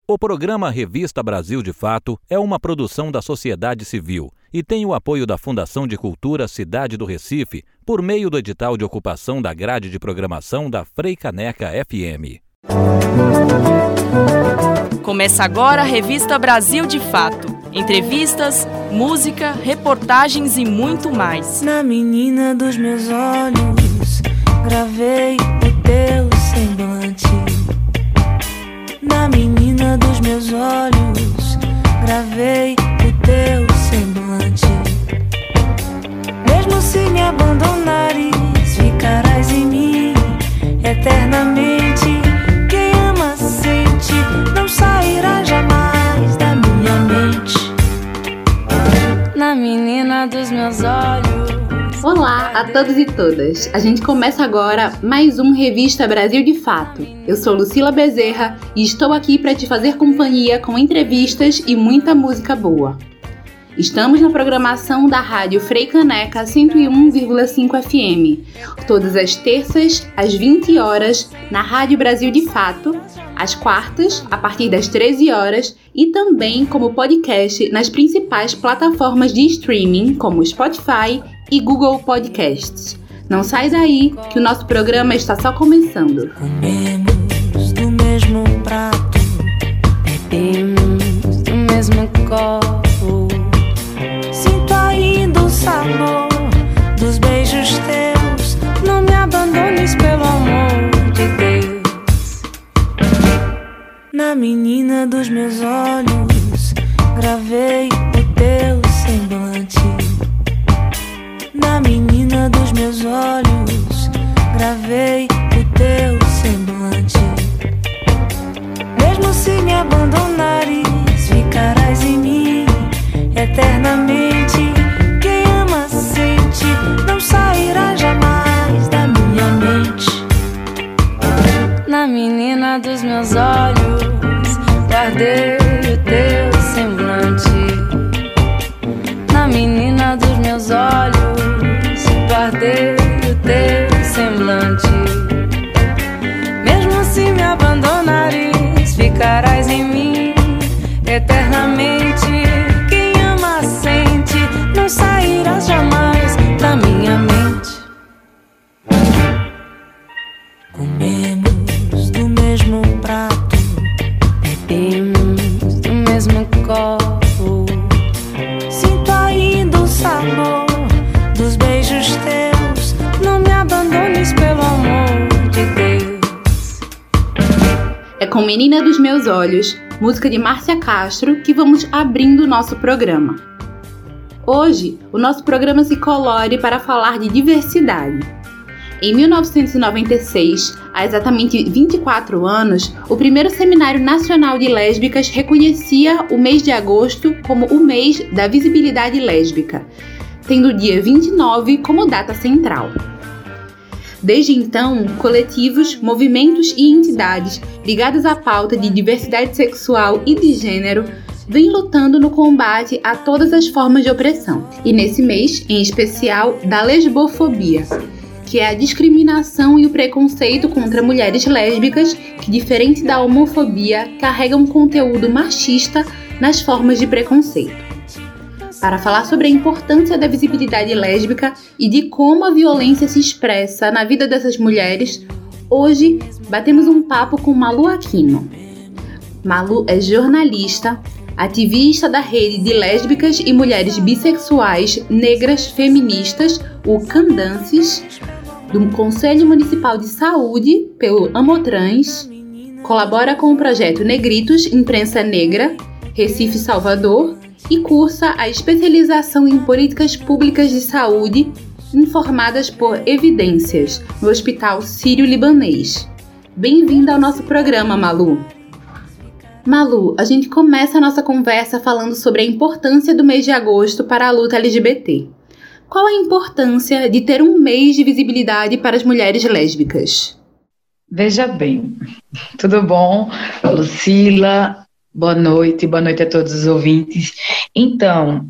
O programa Revista Brasil de Fato é uma produção da sociedade civil e tem o apoio da Fundação de Cultura Cidade do Recife por meio do edital de ocupação da grade de programação da Freicaneca FM. Começa agora a Revista Brasil de Fato. Entrevistas, música, reportagens e muito mais. Na menina dos meus olhos, gravei o teu semblante. Na menina dos meus olhos, gravei o teu semblante. Mesmo se me abandonares, ficarás em mim eternamente. Quem ama sente, não sairá jamais da minha mente. Na menina dos meus olhos. Olá a todos e todas! A gente começa agora mais um Revista Brasil de Fato. Eu sou Lucila Bezerra e estou aqui para te fazer companhia com entrevistas e muita música boa. Estamos na programação da rádio Freicaneca 101,5 FM, todas as terças às 20 horas na Rádio Brasil de Fato, às quartas a partir das 13 horas e também como podcast nas principais plataformas de streaming como Spotify e Google Podcasts. Não sai daí que o nosso programa está só começando. Comemos do mesmo prato, bebemos do mesmo copo. Sinto ainda o sabor dos beijos teus. Não me abandones pelo amor de Deus. Na menina dos meus olhos, gravei o teu semblante. Na menina dos meus olhos, gravei o teu semblante. Mesmo se me abandonares, ficarás em mim eternamente. Quem ama sente, não sairá jamais da minha mente. Na menina dos meus olhos, guardei o teu semblante. Na menina dos meus olhos, guardei o teu semblante. Mesmo se me abandonares, ficarás em mim eternamente. Quem ama sente, não sairás jamais da minha mente. Comemos do mesmo prato, bebemos do mesmo copo. Sinto ainda o sabor dos beijos teus. Não me abandones pelo amor de Deus. É com Menina dos Meus Olhos, música de Márcia Castro, que vamos abrindo o nosso programa. Hoje, o nosso programa se colore para falar de diversidade. Em 1996, há exatamente 24 anos, o primeiro Seminário Nacional de Lésbicas reconhecia o mês de agosto como o mês da visibilidade lésbica, tendo o dia 29 como data central. Desde então, coletivos, movimentos e entidades ligadas à pauta de diversidade sexual e de gênero vêm lutando no combate a todas as formas de opressão, e nesse mês, em especial, da lesbofobia, que é a discriminação e o preconceito contra mulheres lésbicas que, diferente da homofobia, carregam conteúdo machista nas formas de preconceito. Para falar sobre a importância da visibilidade lésbica e de como a violência se expressa na vida dessas mulheres, hoje batemos um papo com Malu Aquino. Malu é jornalista, ativista da rede de lésbicas e mulheres bissexuais negras feministas, o Candances, do Conselho Municipal de Saúde, pelo Amotrans, colabora com o projeto Negritos Imprensa Negra, Recife Salvador, e cursa a especialização em políticas públicas de saúde informadas por evidências no Hospital Sírio-Libanês. Bem-vinda ao nosso programa, Malu. Malu, a gente começa a nossa conversa falando sobre a importância do mês de agosto para a luta LGBT. Qual a importância de ter um mês de visibilidade para as mulheres lésbicas? Veja bem, tudo bom? Lucila, boa noite a todos os ouvintes. Então,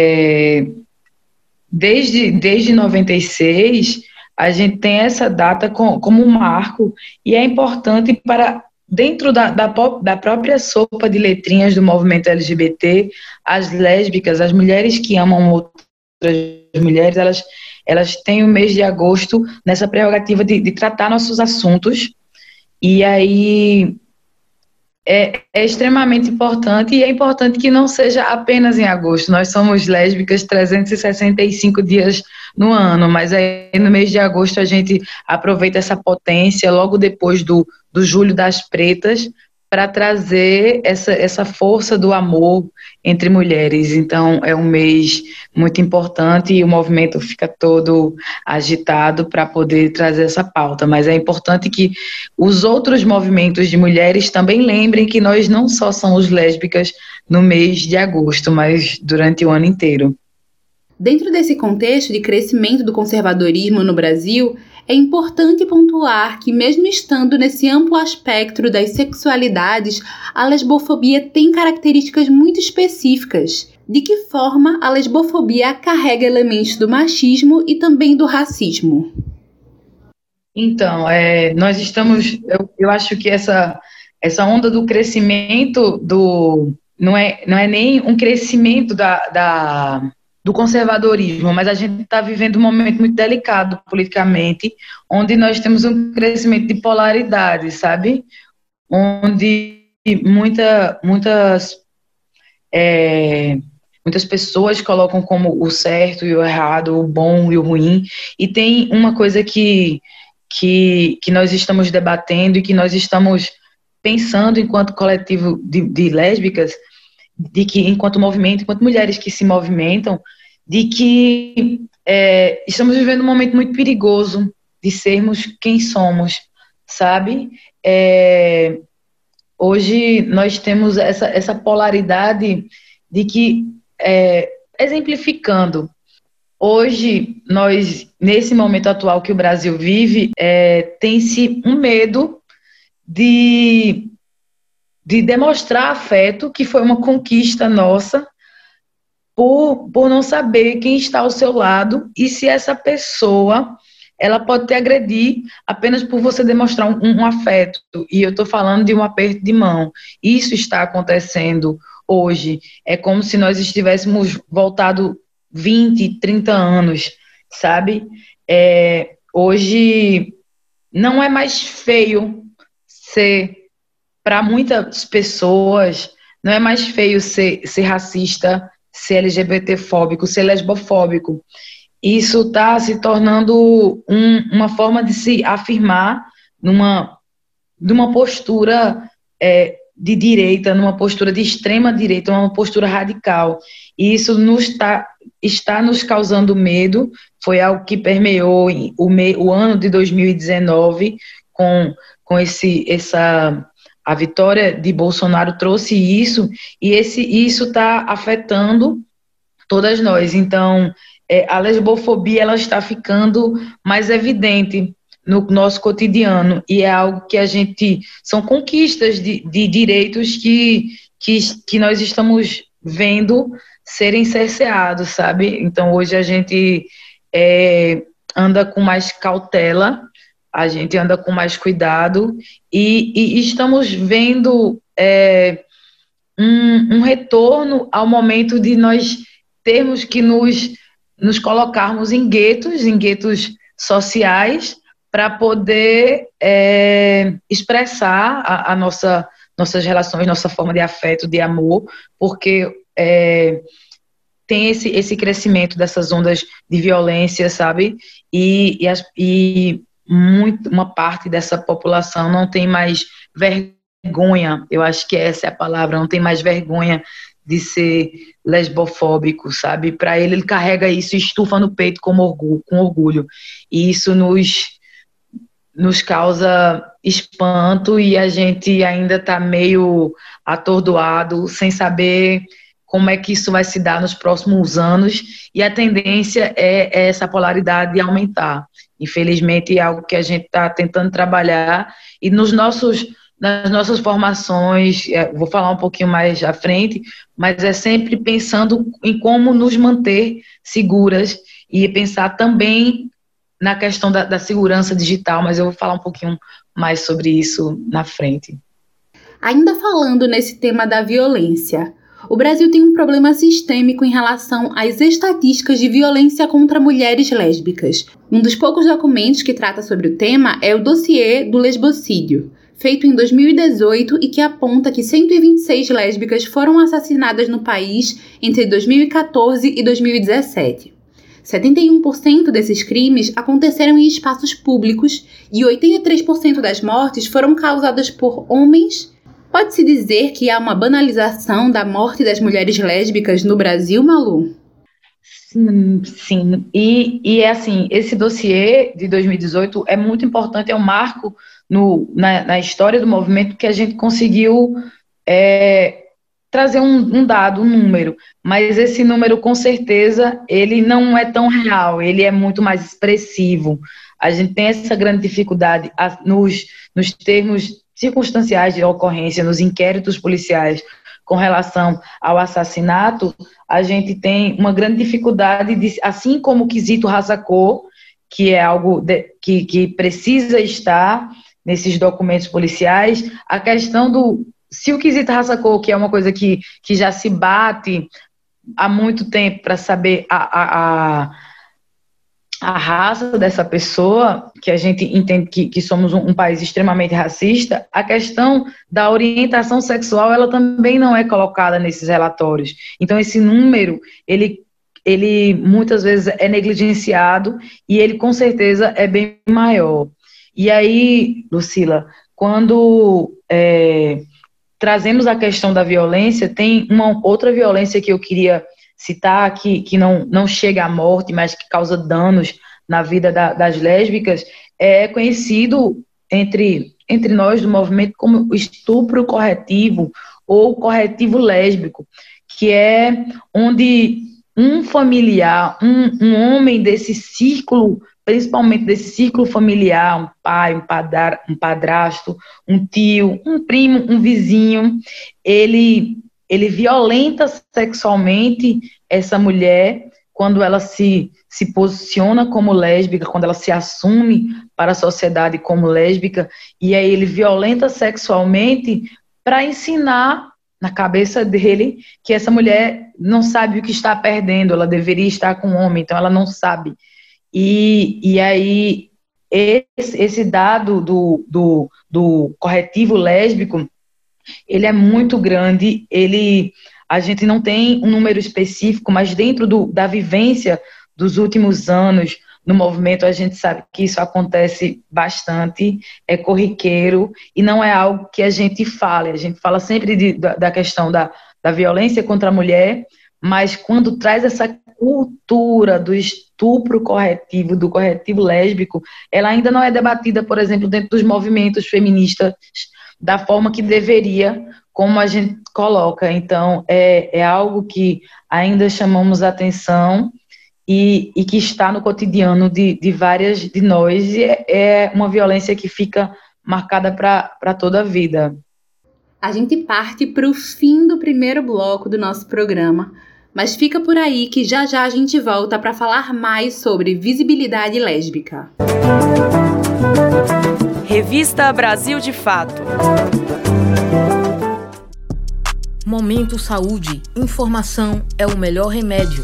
desde 96, a gente tem essa data como um marco e é importante para dentro da própria sopa de letrinhas do movimento LGBT, as lésbicas, as mulheres que amam outras mulheres, elas têm o mês de agosto nessa prerrogativa de tratar nossos assuntos. E aí é extremamente importante, e é importante que não seja apenas em agosto. Nós somos lésbicas 365 dias no ano, mas aí no mês de agosto a gente aproveita essa potência logo depois do Julho das Pretas para trazer essa força do amor entre mulheres. Então é um mês muito importante e o movimento fica todo agitado para poder trazer essa pauta, mas é importante que os outros movimentos de mulheres também lembrem que nós não só somos lésbicas no mês de agosto, mas durante o ano inteiro. Dentro desse contexto de crescimento do conservadorismo no Brasil, é importante pontuar que, mesmo estando nesse amplo espectro das sexualidades, a lesbofobia tem características muito específicas. De que forma a lesbofobia carrega elementos do machismo e também do racismo? Então, nós estamos... Eu acho que essa onda do crescimento não é nem um crescimento do conservadorismo, mas a gente está vivendo um momento muito delicado politicamente, onde nós temos um crescimento de polaridade, sabe? Onde muitas pessoas colocam como o certo e o errado, o bom e o ruim, e tem uma coisa que nós estamos debatendo e que nós estamos pensando enquanto coletivo de lésbicas, de que enquanto movimento, enquanto mulheres que se movimentam, de que estamos vivendo um momento muito perigoso de sermos quem somos, sabe? Hoje nós temos essa polaridade de que, exemplificando, hoje nós, nesse momento atual que o Brasil vive, tem-se um medo de demonstrar afeto, que foi uma conquista nossa, por não saber quem está ao seu lado e se essa pessoa ela pode te agredir apenas por você demonstrar um afeto. E eu estou falando de um aperto de mão. Isso está acontecendo hoje. É como se nós estivéssemos voltado 20, 30 anos, sabe? Hoje não é mais feio ser... Para muitas pessoas, não é mais feio ser racista, ser LGBTfóbico, ser lesbofóbico. Isso está se tornando uma forma de se afirmar numa postura de direita, numa postura de extrema direita, uma postura radical. E isso está nos causando medo. Foi algo que permeou o ano de 2019 com a vitória de Bolsonaro trouxe isso, e isso está afetando todas nós. Então, a lesbofobia ela está ficando mais evidente no nosso cotidiano, e é algo que são conquistas de direitos que nós estamos vendo serem cerceados, sabe? Então, hoje a gente anda com mais cautela, a gente anda com mais cuidado e estamos vendo um retorno ao momento de nós termos que nos colocarmos em guetos sociais para poder expressar nossas relações, nossa forma de afeto, de amor, porque tem esse crescimento dessas ondas de violência, sabe? E uma parte dessa população não tem mais vergonha, eu acho que essa é a palavra, não tem mais vergonha de ser lesbofóbico, sabe? Para ele carrega isso e estufa no peito com orgulho. E isso nos causa espanto e a gente ainda está meio atordoado, sem saber como é que isso vai se dar nos próximos anos, e a tendência é essa polaridade aumentar. Infelizmente, é algo que a gente está tentando trabalhar, e nas nossas formações, vou falar um pouquinho mais à frente, mas é sempre pensando em como nos manter seguras e pensar também na questão da segurança digital, mas eu vou falar um pouquinho mais sobre isso na frente. Ainda falando nesse tema da violência, o Brasil tem um problema sistêmico em relação às estatísticas de violência contra mulheres lésbicas. Um dos poucos documentos que trata sobre o tema é o Dossiê do Lesbocídio, feito em 2018 e que aponta que 126 lésbicas foram assassinadas no país entre 2014 e 2017. 71% desses crimes aconteceram em espaços públicos e 83% das mortes foram causadas por homens. Pode-se dizer que há uma banalização da morte das mulheres lésbicas no Brasil, Malu? Sim. E é assim, esse dossiê de 2018 é muito importante, é um marco na história do movimento que a gente conseguiu trazer um dado, um número, mas esse número, com certeza, ele não é tão real, ele é muito mais expressivo. A gente tem essa grande dificuldade nos termos circunstanciais de ocorrência, nos inquéritos policiais com relação ao assassinato, a gente tem uma grande dificuldade, assim como o quesito raça-cor, que é algo que precisa estar nesses documentos policiais, a questão se o quesito raça-cor, que é uma coisa que já se bate há muito tempo para saber a raça dessa pessoa, que a gente entende que somos um país extremamente racista, a questão da orientação sexual, ela também não é colocada nesses relatórios. Então, esse número, ele muitas vezes é negligenciado e ele, com certeza, é bem maior. E aí, Lucila, quando trazemos a questão da violência, tem uma outra violência que eu queria citar, que não chega à morte, mas que causa danos na vida das lésbicas, é conhecido entre nós do movimento como estupro corretivo ou corretivo lésbico, que é onde um familiar, um homem desse círculo, principalmente desse círculo familiar, um pai, um padrasto, um tio, um primo, um vizinho, ele violenta sexualmente essa mulher quando ela se posiciona como lésbica, quando ela se assume para a sociedade como lésbica, e aí ele violenta sexualmente para ensinar na cabeça dele que essa mulher não sabe o que está perdendo, ela deveria estar com um homem, então ela não sabe. E aí esse dado do corretivo lésbico, ele é muito grande, a gente não tem um número específico, mas dentro da vivência dos últimos anos no movimento, a gente sabe que isso acontece bastante, é corriqueiro, e não é algo que a gente fala sempre da questão da violência contra a mulher, mas quando traz essa cultura do estupro corretivo, do corretivo lésbico, ela ainda não é debatida, por exemplo, dentro dos movimentos feministas, da forma que deveria, como a gente coloca. Então, é algo que ainda chamamos a atenção e que está no cotidiano de várias de nós, e é uma violência que fica marcada para toda a vida. A gente parte para o fim do primeiro bloco do nosso programa, mas fica por aí que já a gente volta para falar mais sobre visibilidade lésbica. Revista Brasil de Fato. Momento Saúde. Informação é o melhor remédio.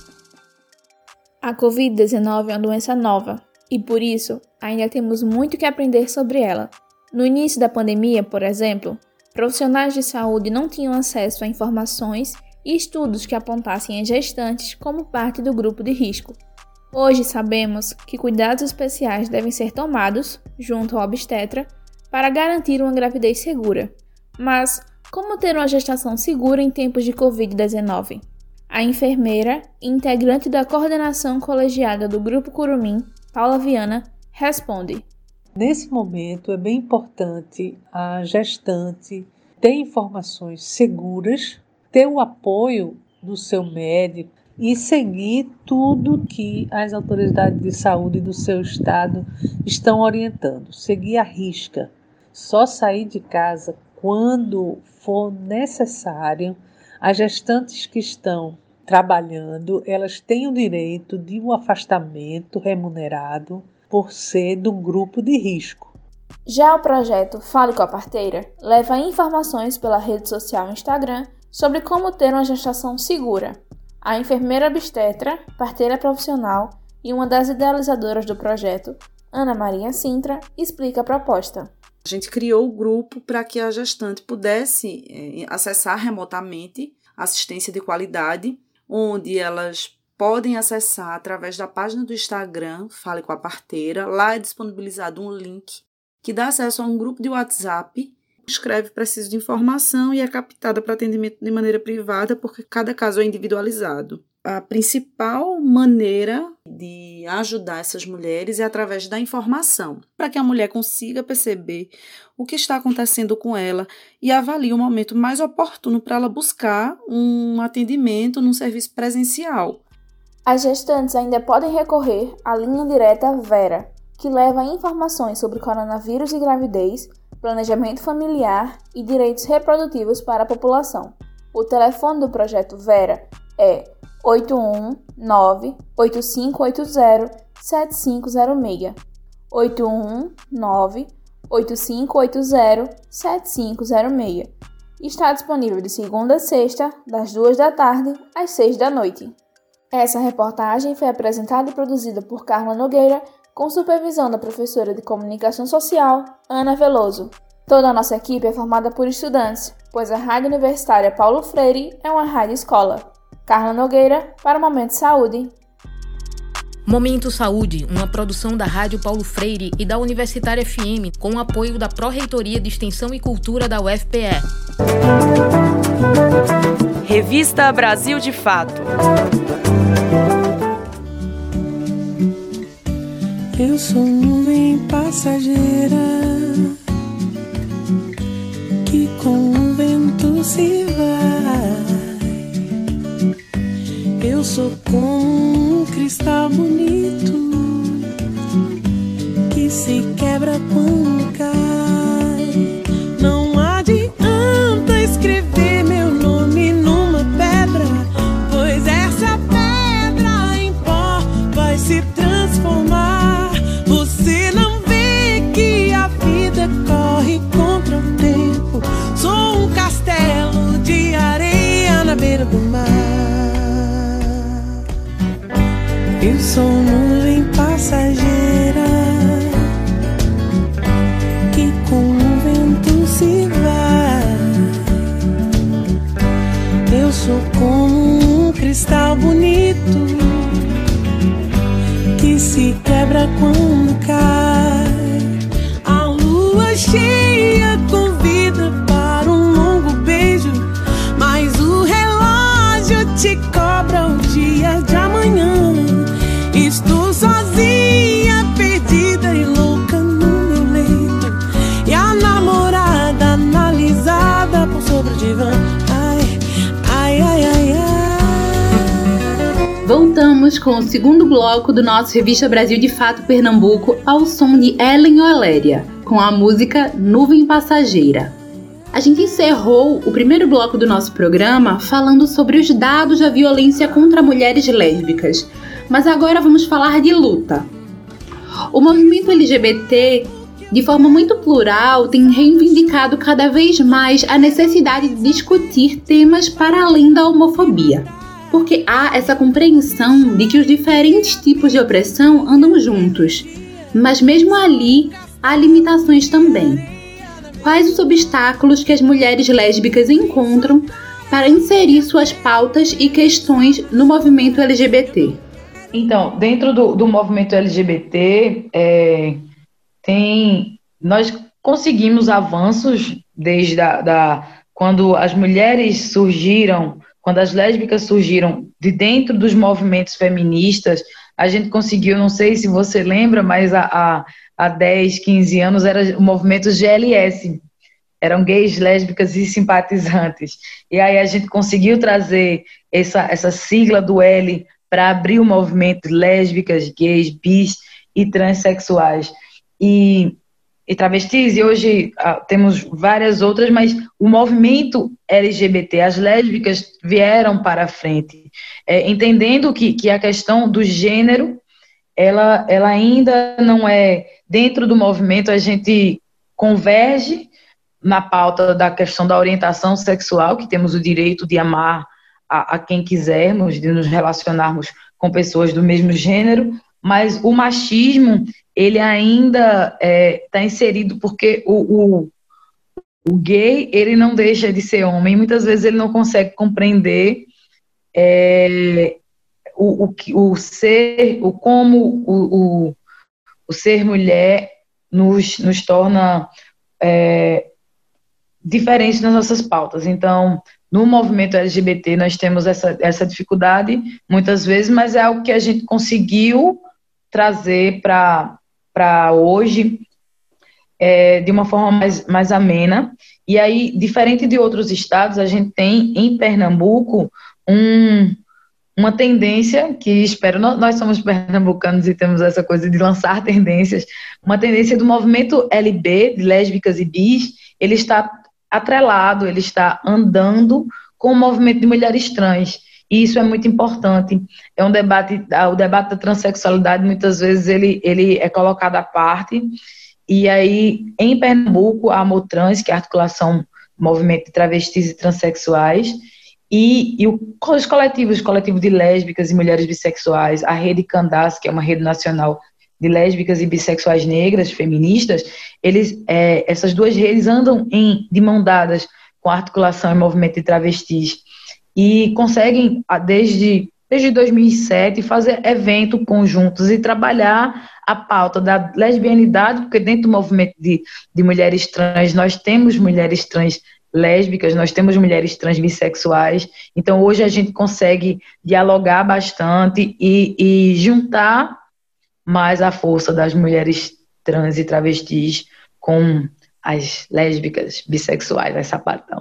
A Covid-19 é uma doença nova e, por isso, ainda temos muito que aprender sobre ela. No início da pandemia, por exemplo, profissionais de saúde não tinham acesso a informações e estudos que apontassem as gestantes como parte do grupo de risco. Hoje sabemos que cuidados especiais devem ser tomados, junto ao obstetra, para garantir uma gravidez segura. Mas como ter uma gestação segura em tempos de Covid-19? A enfermeira e integrante da coordenação colegiada do Grupo Curumim, Paula Viana, responde. Nesse momento é bem importante a gestante ter informações seguras, ter o apoio do seu médico e seguir tudo que as autoridades de saúde do seu estado estão orientando. Seguir à risca. Só sair de casa quando for necessário. As gestantes que estão trabalhando, elas têm o direito de um afastamento remunerado por ser do grupo de risco. Já o projeto Fale com a Parteira leva informações pela rede social Instagram sobre como ter uma gestação segura. A enfermeira obstetra, parteira profissional e uma das idealizadoras do projeto, Ana Maria Sintra, explica a proposta. A gente criou o grupo para que a gestante pudesse acessar remotamente assistência de qualidade, onde elas podem acessar através da página do Instagram, Fale com a Parteira. Lá é disponibilizado um link que dá acesso a um grupo de WhatsApp. Escreve preciso de informação e é captada para atendimento de maneira privada, porque cada caso é individualizado. A principal maneira de ajudar essas mulheres é através da informação, para que a mulher consiga perceber o que está acontecendo com ela e avalie o momento mais oportuno para ela buscar um atendimento num serviço presencial. As gestantes ainda podem recorrer à linha direta Vera, que leva informações sobre coronavírus e gravidez, planejamento familiar e direitos reprodutivos para a população. O telefone do projeto Vera é 819-8580-7506. 819-8580-7506. Está disponível de segunda a sexta, das 2 da tarde às 6 da noite. Essa reportagem foi apresentada e produzida por Carla Nogueira, com supervisão da professora de Comunicação Social, Ana Veloso. Toda a nossa equipe é formada por estudantes, pois a Rádio Universitária Paulo Freire é uma rádio escola. Carla Nogueira, para o Momento Saúde. Momento Saúde, uma produção da Rádio Paulo Freire e da Universitária FM, com o apoio da Pró-Reitoria de Extensão e Cultura da UFPE. Revista Brasil de Fato. Eu sou nuvem passageira que com o vento se vai. Eu sou como um cristal bonito que se quebra quando cai. Não adianta escrever meu nome numa pedra, pois essa pedra em pó vai se transformar. Você não vê que a vida corre contra o tempo. Sou um castelo de areia na beira do mar. Eu sou nuvem passageira que com o vento se vai. Eu sou como um cristal bonito que se quebra quando cai. A lua cheia convida para um longo beijo, mas o relógio te cobra o dia de amanhã. Estou sozinha, perdida e louca no meu leito, e a namorada analisada por sobre o divã. Ai, ai, ai, ai, ai. Voltamos com o segundo bloco do nosso Revista Brasil de Fato Pernambuco ao som de Ellen Oléria, com a música Nuvem Passageira. A gente encerrou o primeiro bloco do nosso programa falando sobre os dados da violência contra mulheres lésbicas, mas agora vamos falar de luta. O movimento LGBT, de forma muito plural, tem reivindicado cada vez mais a necessidade de discutir temas para além da homofobia, porque há essa compreensão de que os diferentes tipos de opressão andam juntos, mas mesmo ali há limitações também. Quais os obstáculos que as mulheres lésbicas encontram para inserir suas pautas e questões no movimento LGBT? Então, dentro do movimento LGBT, nós conseguimos avanços desde quando as mulheres surgiram, quando as lésbicas surgiram de dentro dos movimentos feministas. A gente conseguiu, não sei se você lembra, mas há 10, 15 anos era o movimento GLS, eram gays, lésbicas e simpatizantes. E aí a gente conseguiu trazer essa sigla do L para abrir o movimento lésbicas, gays, bis e transexuais e travestis, e hoje temos várias outras, mas o movimento LGBT, as lésbicas vieram para a frente, entendendo que a questão do gênero ela ainda não é, dentro do movimento, a gente converge na pauta da questão da orientação sexual, que temos o direito de amar a quem quisermos, de nos relacionarmos com pessoas do mesmo gênero, mas o machismo, ele ainda está inserido, porque o gay, ele não deixa de ser homem, muitas vezes ele não consegue compreender o ser mulher nos torna diferentes nas nossas pautas. Então, no movimento LGBT, nós temos essa dificuldade, muitas vezes, mas é algo que a gente conseguiu trazer para hoje de uma forma mais amena. E aí, diferente de outros estados, a gente tem, em Pernambuco, uma tendência que espero, nós somos pernambucanos e temos essa coisa de lançar tendências, uma tendência do movimento LB, de lésbicas e bis, ele está atrelado, ele está andando com o movimento de mulheres trans, e isso é muito importante. É um debate, o debate da transexualidade, muitas vezes, ele é colocado à parte, e aí, em Pernambuco, a Amotrans, que é a articulação do movimento de travestis e transexuais, e os coletivos, o coletivo de lésbicas e mulheres bissexuais, a Rede Candace, que é uma rede nacional de lésbicas e bissexuais negras, feministas, essas duas redes andam de mão dadas com a articulação e movimento de travestis e conseguem, desde 2007, fazer eventos conjuntos e trabalhar a pauta da lesbianidade, porque dentro do movimento de mulheres trans, nós temos mulheres trans lésbicas, nós temos mulheres trans bissexuais, então hoje a gente consegue dialogar bastante e juntar mais a força das mulheres trans e travestis com as lésbicas, bissexuais, as sapatão.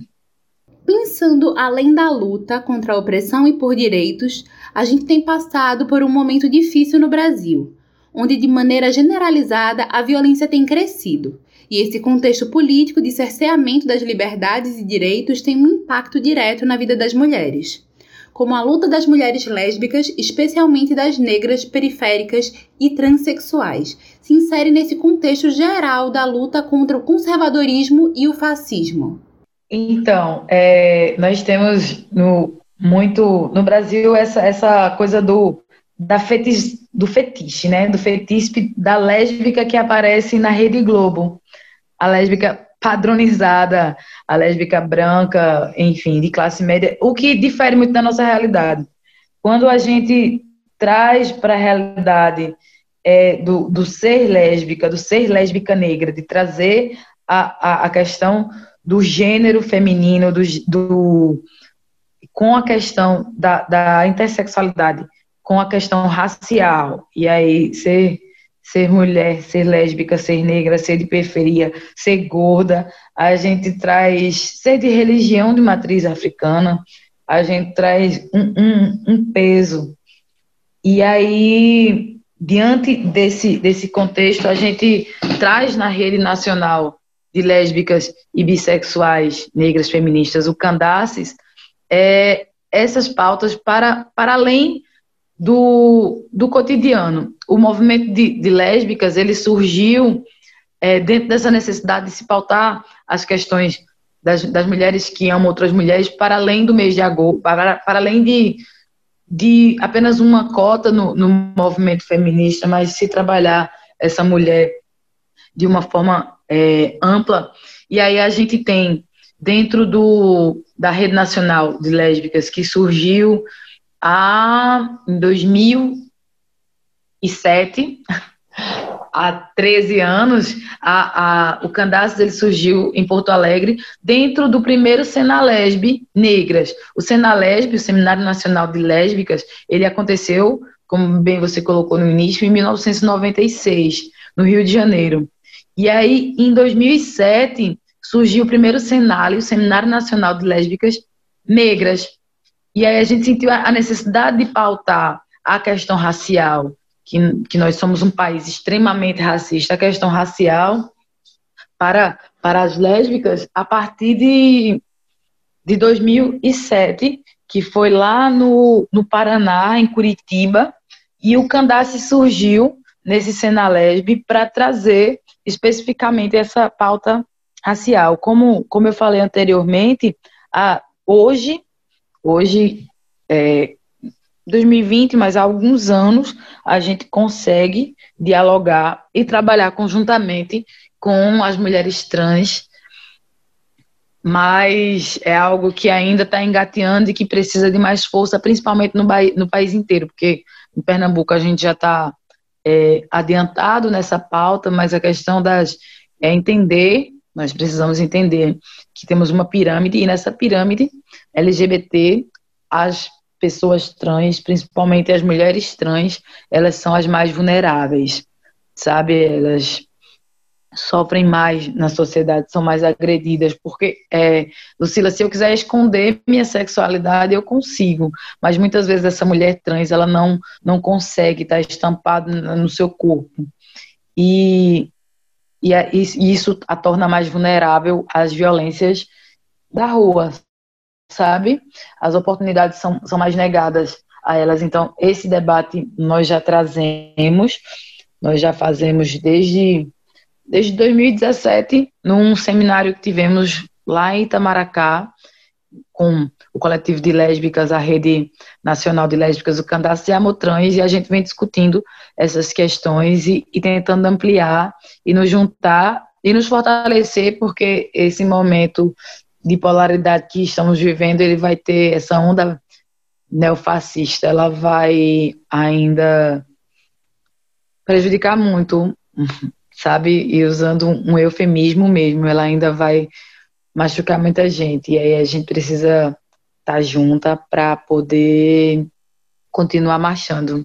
Pensando além da luta contra a opressão e por direitos, a gente tem passado por um momento difícil no Brasil, onde de maneira generalizada a violência tem crescido. E esse contexto político de cerceamento das liberdades e direitos tem um impacto direto na vida das mulheres. Como a luta das mulheres lésbicas, especialmente das negras, periféricas e transexuais, se insere nesse contexto geral da luta contra o conservadorismo e o fascismo. Então, nós temos no Brasil essa coisa do fetiche, né? Do fetiche da lésbica que aparece na Rede Globo. A lésbica padronizada, a lésbica branca, enfim, de classe média, o que difere muito da nossa realidade. Quando a gente traz para a realidade do ser lésbica negra, de trazer a questão do gênero feminino, com a questão da intersexualidade, com a questão racial, e aí ser mulher, ser lésbica, ser negra, ser de periferia, ser gorda, a gente traz ser de religião de matriz africana, a gente traz um peso. E aí, diante desse contexto, a gente traz na Rede Nacional de Lésbicas e Bissexuais Negras Feministas, o Candaces, essas pautas para além do cotidiano. O movimento de lésbicas, ele surgiu dentro dessa necessidade de se pautar as questões das mulheres que amam outras mulheres para além do mês de agosto, para além de apenas uma cota no movimento feminista, mas se trabalhar essa mulher de uma forma ampla. E aí a gente tem, dentro da Rede Nacional de Lésbicas, que surgiu em 2007, há 13 anos, o Candaces, ele surgiu em Porto Alegre, dentro do primeiro Senalesb Negras. O Senalesb, o Seminário Nacional de Lésbicas, ele aconteceu, como bem você colocou no início, em 1996, no Rio de Janeiro. E aí, em 2007, surgiu o primeiro Senale, o Seminário Nacional de Lésbicas Negras. E aí a gente sentiu a necessidade de pautar a questão racial, que nós somos um país extremamente racista, a questão racial para as lésbicas a partir de 2007, que foi lá no Paraná, em Curitiba, E o Candace surgiu nesse Senalesb para trazer especificamente essa pauta racial. Como eu falei anteriormente, hoje 2020, mas há alguns anos, a gente consegue dialogar e trabalhar conjuntamente com as mulheres trans, mas é algo que ainda está engateando e que precisa de mais força, principalmente no país inteiro, porque em Pernambuco a gente já está adiantado nessa pauta, mas a questão nós precisamos entender que temos uma pirâmide, e nessa pirâmide LGBT, as pessoas trans, principalmente as mulheres trans, elas são as mais vulneráveis, sabe? Elas sofrem mais na sociedade, são mais agredidas, porque, Lucila, se eu quiser esconder minha sexualidade, eu consigo, mas muitas vezes essa mulher trans, ela não consegue estar estampada no seu corpo, e isso a torna mais vulnerável às violências da rua, sabe? As oportunidades são mais negadas a elas. Então, esse debate nós já trazemos, nós já fazemos desde 2017, num seminário que tivemos lá em Itamaracá, com o coletivo de lésbicas, a Rede Nacional de Lésbicas, o Candace e a Amotrans, e a gente vem discutindo essas questões e tentando ampliar e nos juntar e nos fortalecer, porque esse momento de polaridade que estamos vivendo, ele vai ter essa onda neofascista, ela vai ainda prejudicar muito, sabe? E usando um eufemismo mesmo, ela ainda vai machucar muita gente. E aí a gente precisa estar junta para poder continuar marchando.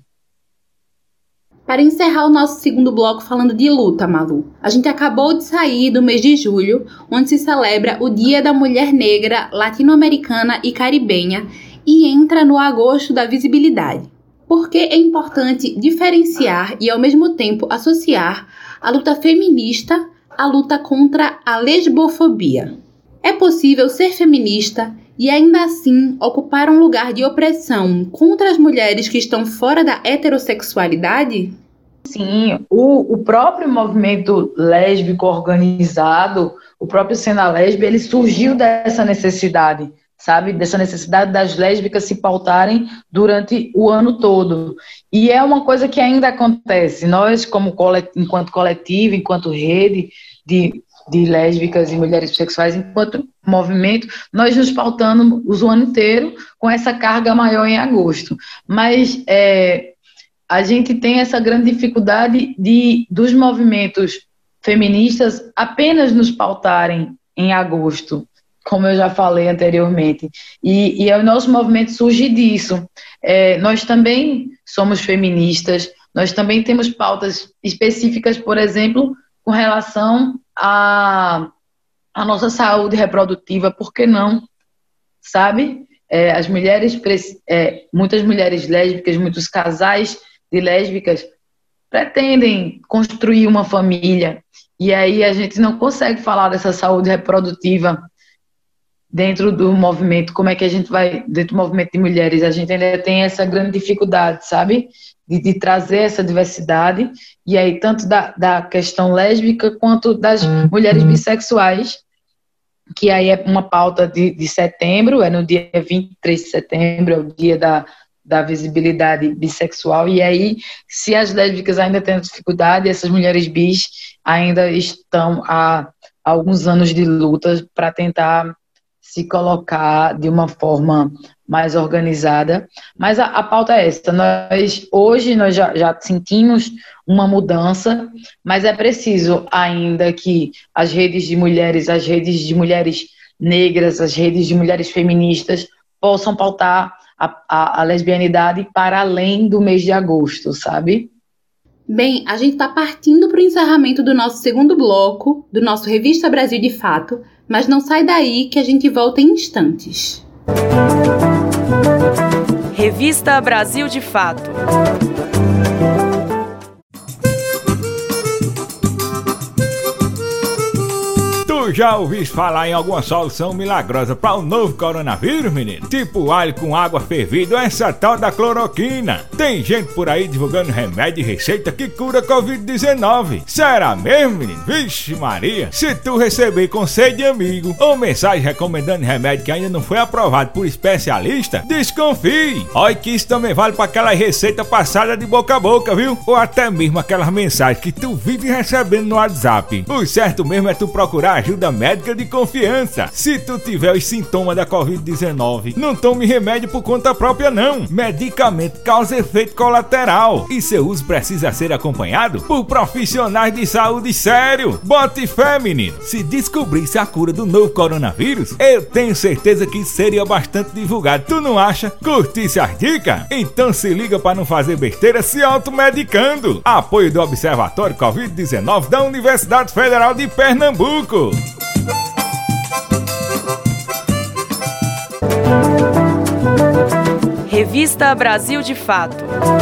Para encerrar o nosso segundo bloco falando de luta, Malu, a gente acabou de sair do mês de julho, onde se celebra o Dia da Mulher Negra, Latino-Americana e Caribenha, e entra no agosto da visibilidade. Por que é importante diferenciar e, ao mesmo tempo, associar a luta feminista à luta contra a lesbofobia? É possível ser feminista e ainda assim ocupar um lugar de opressão contra as mulheres que estão fora da heterossexualidade? Sim, o próprio movimento lésbico organizado, o próprio Senalesb, ele surgiu dessa necessidade, sabe? Dessa necessidade das lésbicas se pautarem durante o ano todo. E é uma coisa que ainda acontece. Nós, enquanto coletivo, enquanto rede de lésbicas e mulheres bissexuais, enquanto movimento, nós nos pautamos o ano inteiro com essa carga maior em agosto. Mas a gente tem essa grande dificuldade dos movimentos feministas apenas nos pautarem em agosto, como eu já falei anteriormente. E o nosso movimento surge disso. Nós também somos feministas, nós também temos pautas específicas, por exemplo, com relação à nossa saúde reprodutiva, por que não? Sabe? As mulheres, muitas mulheres lésbicas, muitos casais de lésbicas pretendem construir uma família, e aí a gente não consegue falar dessa saúde reprodutiva dentro do movimento. Como é que a gente vai, dentro do movimento de mulheres, a gente ainda tem essa grande dificuldade, sabe? De trazer essa diversidade, e aí tanto da questão lésbica quanto das mulheres bissexuais, que aí é uma pauta de setembro, é no dia 23 de setembro, é o dia da visibilidade bissexual, e aí, se as lésbicas ainda têm dificuldade, essas mulheres bis ainda estão há alguns anos de luta para tentar se colocar de uma forma mais organizada, mas a pauta é essa. Hoje nós já sentimos uma mudança, mas é preciso ainda que as redes de mulheres negras, as redes de mulheres feministas possam pautar a lesbianidade para além do mês de agosto, sabe? Bem, a gente está partindo para o encerramento do nosso segundo bloco, do nosso Revista Brasil de Fato, mas não sai daí que a gente volta em instantes. Revista Brasil de Fato. já ouvi falar em alguma solução milagrosa para o novo coronavírus, menino? Tipo alho com água fervida ou essa tal da cloroquina. Tem gente por aí divulgando remédio e receita que cura Covid-19. Será mesmo, menino? Vixe Maria! Se tu receber conselho de amigo ou mensagem recomendando remédio que ainda não foi aprovado por especialista, desconfie! Olha que isso também vale para aquela receita passada de boca a boca, viu? Ou até mesmo aquelas mensagens que tu vive recebendo no WhatsApp. O certo mesmo é tu procurar ajuda médica de confiança. Se tu tiver os sintomas da Covid-19, não tome remédio por conta própria não. Medicamento causa efeito colateral e seu uso precisa ser acompanhado por profissionais de saúde sério. Bote fé, menino. Se descobrisse a cura do novo coronavírus, eu tenho certeza que seria bastante divulgado. Tu não acha? Curtisse as dicas? Então se liga para não fazer besteira se automedicando. Apoio do Observatório Covid-19 da Universidade Federal de Pernambuco. Revista Brasil de Fato.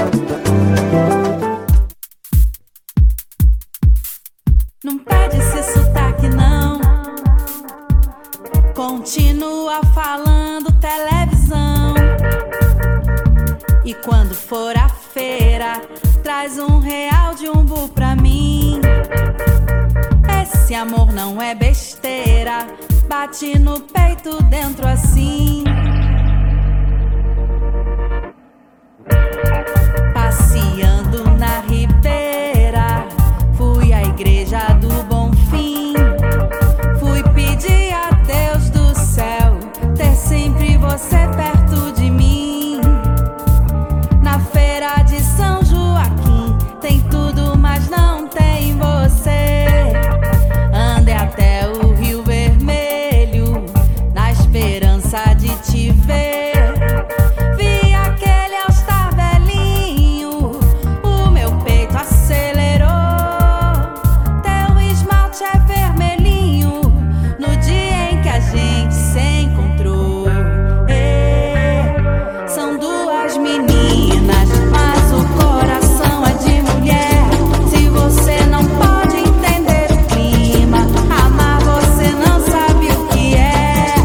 Não perde esse sotaque não. Continua falando televisão. E quando for à feira, traz R$1 de umbu pra mim. Esse amor não é besteira, bate no peito dentro assim. Passeando na ribeira, fui à igreja do Bonfim. Fui pedir a Deus do céu ter sempre você perto de mim. Na feira de São Joaquim tem tudo, mas não tem você. Andei até o Rio Vermelho na esperança de te ver. Vi aquele All-Star velhinho, o meu peito acelerou. Teu esmalte é vermelhinho no dia em que a gente se encontrou. São duas meninas, mas o coração é de mulher. Se você não pode entender o clima, amar você não sabe o que é.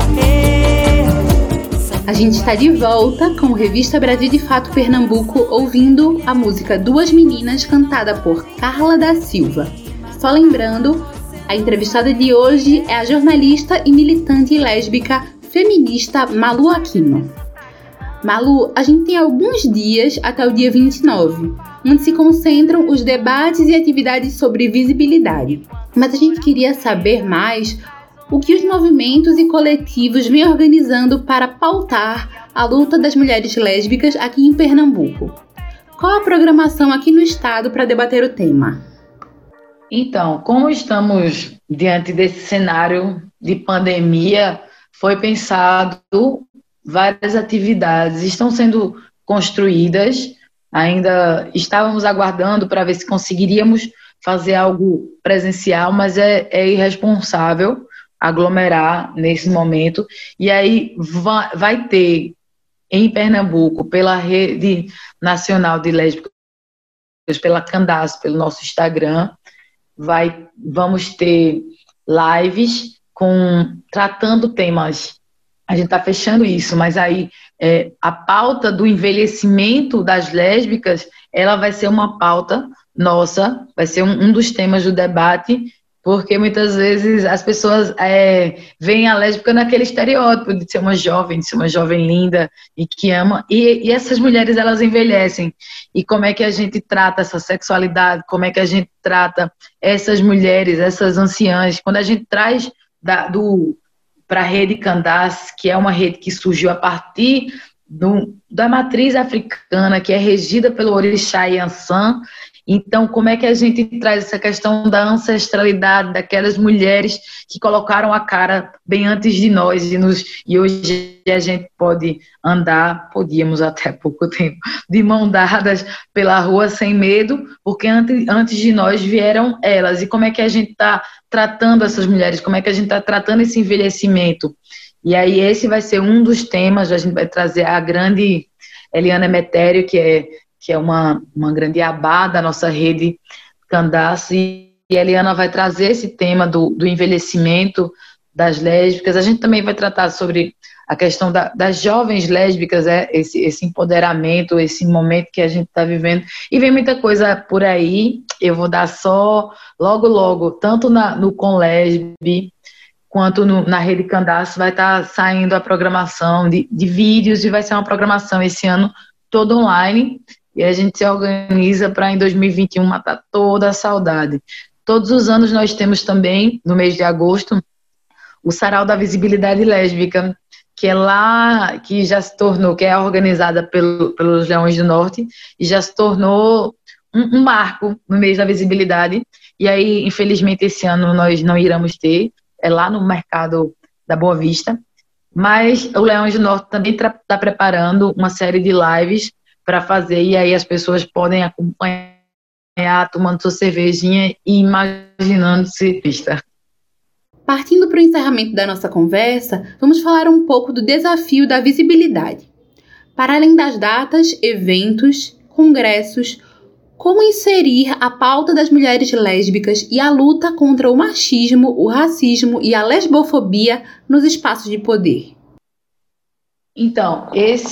A gente está de volta com Revista Brasil de Fato Pernambuco, ouvindo a música Duas Meninas, cantada por Carla da Silva. Só lembrando, a entrevistada de hoje é a jornalista e militante lésbica feminista Malu Aquino. Malu, a gente tem alguns dias até o dia 29, onde se concentram os debates e atividades sobre visibilidade. Mas a gente queria saber mais o que os movimentos e coletivos vêm organizando para pautar a luta das mulheres lésbicas aqui em Pernambuco. Qual a programação aqui no estado para debater o tema? Então, como estamos diante desse cenário de pandemia, foi pensado várias atividades, estão sendo construídas, ainda estávamos aguardando para ver se conseguiríamos fazer algo presencial, mas é irresponsável aglomerar nesse momento. E aí vai ter em Pernambuco, pela Rede Nacional de Lésbicas, pela Candace, pelo nosso Instagram, vamos ter lives tratando temas. A gente está fechando isso, mas aí a pauta do envelhecimento das lésbicas, ela vai ser uma pauta nossa, vai ser um dos temas do debate, porque muitas vezes as pessoas veem a lésbica naquele estereótipo de ser uma jovem linda e que ama, e essas mulheres, elas envelhecem. E como é que a gente trata essa sexualidade, como é que a gente trata essas mulheres, essas anciãs, quando a gente traz para a Rede Candace, que é uma rede que surgiu a partir da matriz africana, que é regida pelo Orixá Yansan. Então, como é que a gente traz essa questão da ancestralidade daquelas mulheres que colocaram a cara bem antes de nós e hoje a gente podíamos até pouco tempo, de mão dadas pela rua sem medo, porque antes de nós vieram elas. E como é que a gente está tratando essas mulheres, como é que a gente está tratando esse envelhecimento? E aí esse vai ser um dos temas. A gente vai trazer a grande Eliana Emetério, que é uma grande abá da nossa rede Candace, a Eliana vai trazer esse tema do envelhecimento das lésbicas. A gente também vai tratar sobre a questão das jovens lésbicas, esse empoderamento, esse momento que a gente está vivendo. E vem muita coisa por aí. Eu vou dar só logo, tanto no Conlesb, quanto na Rede Candace, vai estar saindo a programação de vídeos, e vai ser uma programação esse ano toda online. E a gente se organiza para, em 2021, matar toda a saudade. Todos os anos nós temos também, no mês de agosto, o Sarau da Visibilidade Lésbica, que é lá, que já se tornou, que é organizada pelos Leões do Norte, e já se tornou um marco no mês da visibilidade. E aí, infelizmente, esse ano nós não iremos ter, é lá no Mercado da Boa Vista, mas o Leões do Norte também está preparando uma série de lives para fazer, e aí as pessoas podem acompanhar, tomando sua cervejinha e imaginando-se vista. Partindo para o encerramento da nossa conversa, vamos falar um pouco do desafio da visibilidade. Para além das datas, eventos, congressos, como inserir a pauta das mulheres lésbicas e a luta contra o machismo, o racismo e a lesbofobia nos espaços de poder? Então,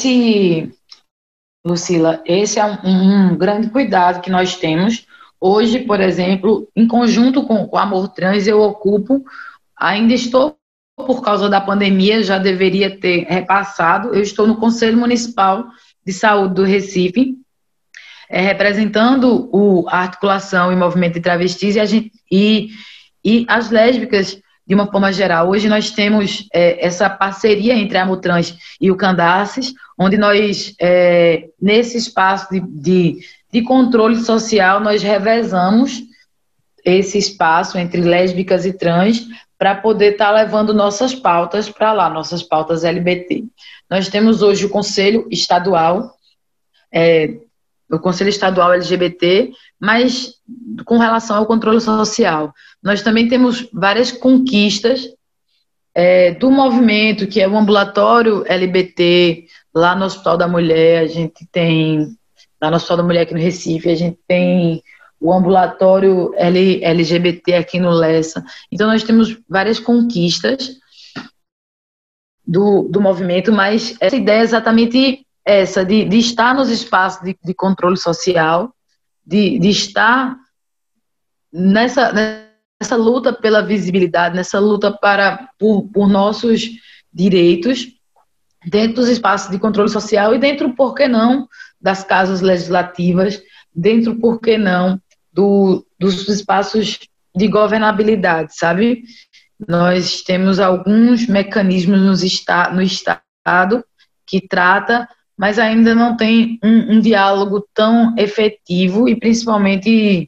Lucila, esse é um grande cuidado que nós temos. Hoje, por exemplo, em conjunto com o Amor Trans, eu ocupo, ainda estou, por causa da pandemia, já deveria ter repassado, eu estou no Conselho Municipal de Saúde do Recife, representando a articulação e movimento de travestis e as lésbicas de uma forma geral. Hoje nós temos essa parceria entre a Amortrans e o Candaces, onde nós, nesse espaço de controle social, nós revezamos esse espaço entre lésbicas e trans para poder estar levando nossas pautas para lá, nossas pautas LGBT. Nós temos hoje o Conselho Estadual, o Conselho Estadual LGBT, mas com relação ao controle social. Nós também temos várias conquistas do movimento, que é o ambulatório LGBT, lá no Hospital da Mulher, a gente tem, lá no Hospital da Mulher aqui no Recife, a gente tem o ambulatório LGBT aqui no Lessa. Então, nós temos várias conquistas do movimento, mas essa ideia é exatamente essa, de estar nos espaços de controle social, de estar nessa luta pela visibilidade, nessa luta por nossos direitos, dentro dos espaços de controle social e dentro, por que não, das casas legislativas, dentro, por que não, dos espaços de governabilidade, sabe? Nós temos alguns mecanismos no Estado que trata, mas ainda não tem um diálogo tão efetivo e principalmente,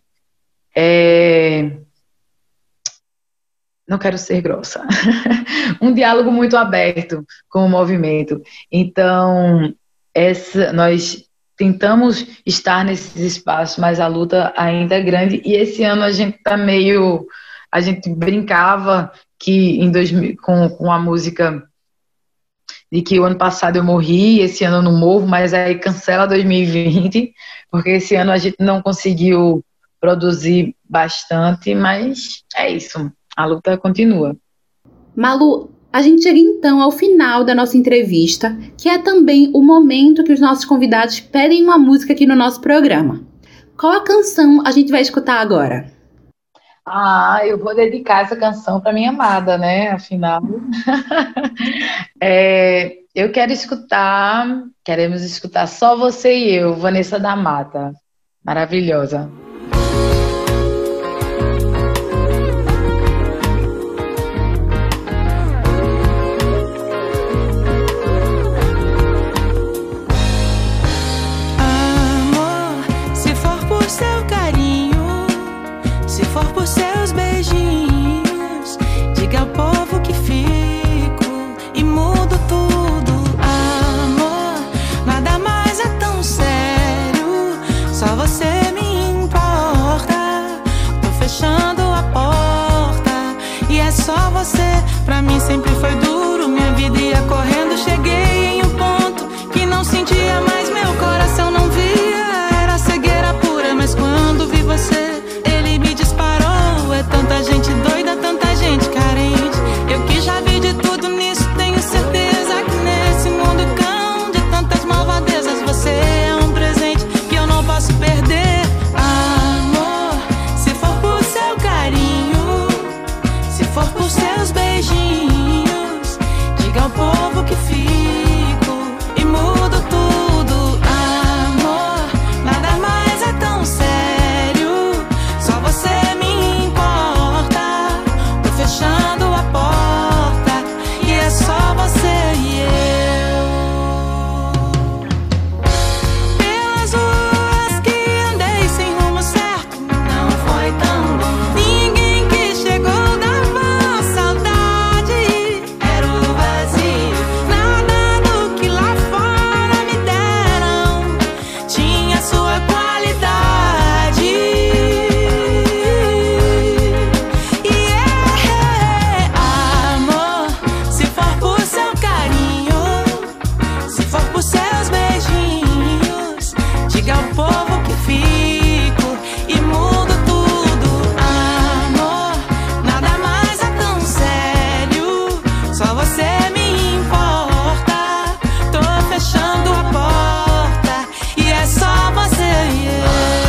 não quero ser grossa, um diálogo muito aberto com o movimento. Então, nós tentamos estar nesses espaços, mas a luta ainda é grande, e esse ano a gente tá a gente brincava que com a música de que o ano passado eu morri, esse ano eu não morro, mas aí cancela 2020, porque esse ano a gente não conseguiu produzir bastante, mas é isso, a luta continua. Malu, a gente chega então ao final da nossa entrevista, que é também o momento que os nossos convidados pedem uma música aqui no nosso programa. Qual a canção a gente vai escutar agora? Eu vou dedicar essa canção para minha amada, né? Afinal, queremos escutar Só Você e Eu, Vanessa da Mata. Maravilhosa. Você me importa. diga ao povo que fico e mudo tudo. Amor, nada mais é tão sério, só você me importa. Tô fechando a porta e é só você e eu.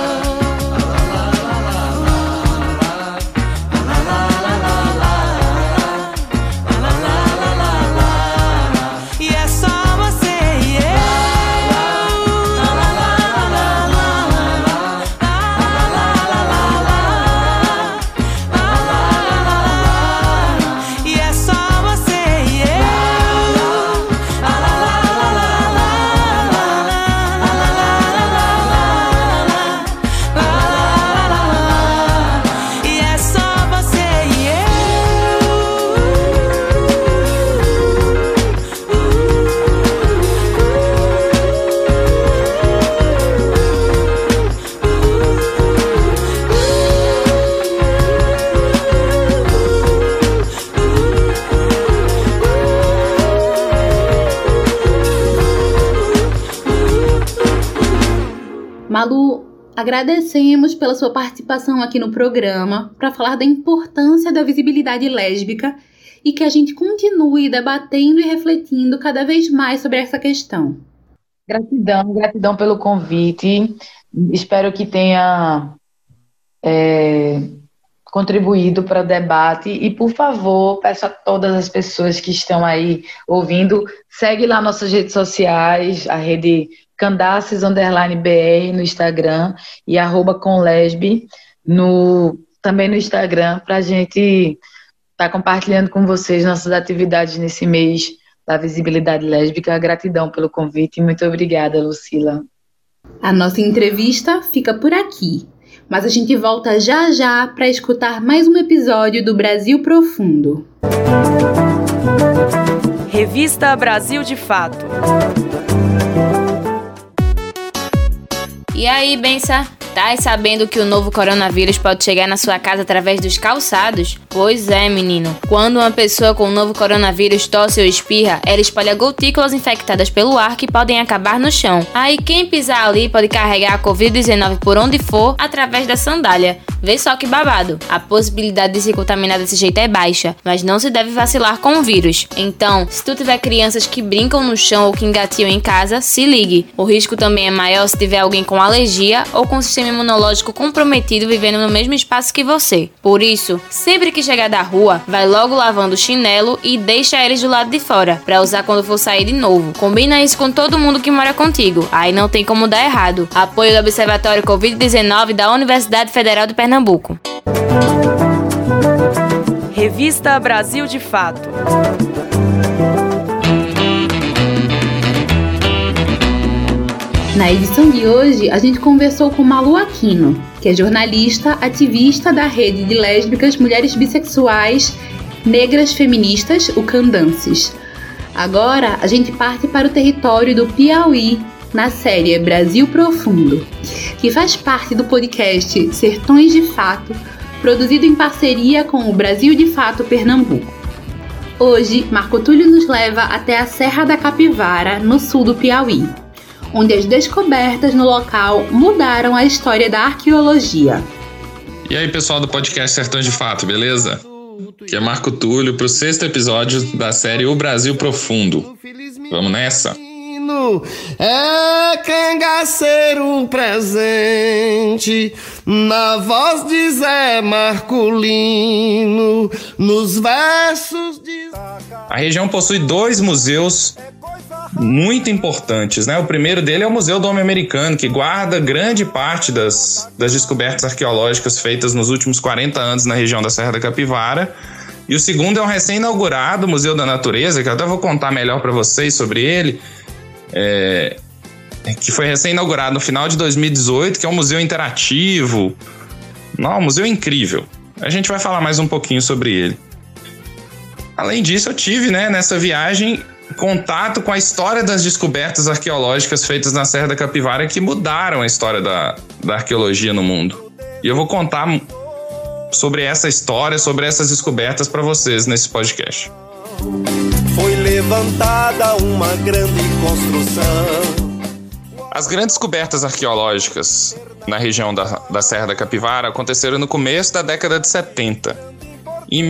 Malu, agradecemos pela sua participação aqui no programa para falar da importância da visibilidade lésbica e que a gente continue debatendo e refletindo cada vez mais sobre essa questão. Gratidão pelo convite. Espero que tenha contribuído para o debate e, por favor, peço a todas as pessoas que estão aí ouvindo, segue lá nossas redes sociais, a rede Candaces_BR no Instagram e @comlesb também no Instagram, para a gente estar compartilhando com vocês nossas atividades nesse mês da visibilidade lésbica. Gratidão pelo convite e muito obrigada, Lucila. A nossa entrevista fica por aqui, mas a gente volta já já para escutar mais um episódio do Brasil Profundo. Revista Brasil de Fato. E aí, bença? Tá sabendo que o novo coronavírus pode chegar na sua casa através dos calçados? Pois é, menino. Quando uma pessoa com o novo coronavírus tosse ou espirra, ela espalha gotículas infectadas pelo ar que podem acabar no chão. Aí quem pisar ali pode carregar a Covid-19 por onde for através da sandália. Vê só que babado. A possibilidade de se contaminar desse jeito é baixa, mas não se deve vacilar com o vírus. Então, se tu tiver crianças que brincam no chão ou que engatiam em casa, se ligue. O risco também é maior se tiver alguém com alergia ou com sistema imunológico comprometido vivendo no mesmo espaço que você. Por isso, sempre que chegar da rua, vai logo lavando o chinelo e deixa eles do lado de fora, pra usar quando for sair de novo. Combina isso com todo mundo que mora contigo, aí não tem como dar errado. Apoio do Observatório Covid-19 da Universidade Federal de Pernambuco. Revista Brasil de Fato. Na edição de hoje, a gente conversou com Malu Aquino, que é jornalista, ativista da rede de lésbicas, mulheres bissexuais, negras feministas, o Candances. Agora, a gente parte para o território do Piauí, na série Brasil Profundo, que faz parte do podcast Sertões de Fato, produzido em parceria com o Brasil de Fato Pernambuco. Hoje, Marco Túlio nos leva até a Serra da Capivara, no sul do Piauí, onde as descobertas no local mudaram a história da arqueologia. E aí, pessoal do podcast Sertões de Fato, beleza? Aqui é Marco Túlio para o 6º episódio da série O Brasil Profundo. Vamos nessa? É cangaceiro presente na voz de Zé Marculino, nos versos de... A região possui 2 museus muito importantes, né? O primeiro dele é o Museu do Homem Americano, que guarda grande parte das descobertas arqueológicas feitas nos últimos 40 anos na região da Serra da Capivara. E o segundo é um recém-inaugurado Museu da Natureza, que eu até vou contar melhor para vocês sobre ele, que foi recém-inaugurado no final de 2018, que é um museu interativo. Não, um museu incrível. A gente vai falar mais um pouquinho sobre ele. Além disso, eu tive, nessa viagem, contato com a história das descobertas arqueológicas feitas na Serra da Capivara que mudaram a história da arqueologia no mundo. E eu vou contar sobre essa história, sobre essas descobertas para vocês nesse podcast. Foi levantada uma grande construção. As grandes descobertas arqueológicas na região da Serra da Capivara aconteceram no começo da década de 70. Em